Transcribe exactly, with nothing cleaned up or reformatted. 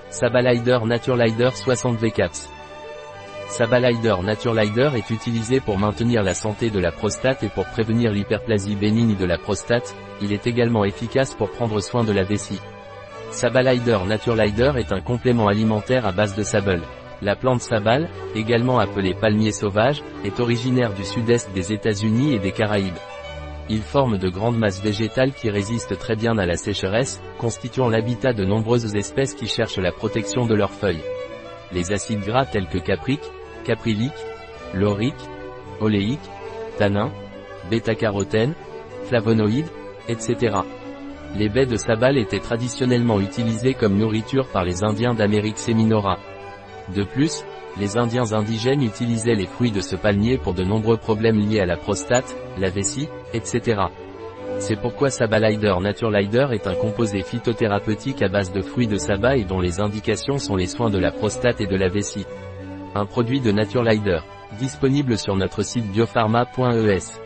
Sabalider Naturelider soixante V CAPS. Sabalider Naturelider est utilisé pour maintenir la santé de la prostate et pour prévenir l'hyperplasie bénigne de la prostate. Il est également efficace pour prendre soin de la vessie. Sabalider Naturelider est un complément alimentaire à base de sabal. La plante sabal, également appelée palmier sauvage, est originaire du sud-est des États-Unis et des Caraïbes. Il forme de grandes masses végétales qui résistent très bien à la sécheresse, constituant l'habitat de nombreuses espèces qui cherchent la protection de leurs feuilles. Les acides gras tels que caprique, caprylique, laurique, oléique, tannin, bêta-carotène, flavonoïdes, et cetera. Les baies de sabal étaient traditionnellement utilisées comme nourriture par les Indiens d'Amérique séminora. De plus, les Indiens indigènes utilisaient les fruits de ce palmier pour de nombreux problèmes liés à la prostate, la vessie, et cetera. C'est pourquoi Sabalider Naturelider est un composé phytothérapeutique à base de fruits de sabbat et dont les indications sont les soins de la prostate et de la vessie. Un produit de Naturelider, disponible sur notre site biopharma point e s.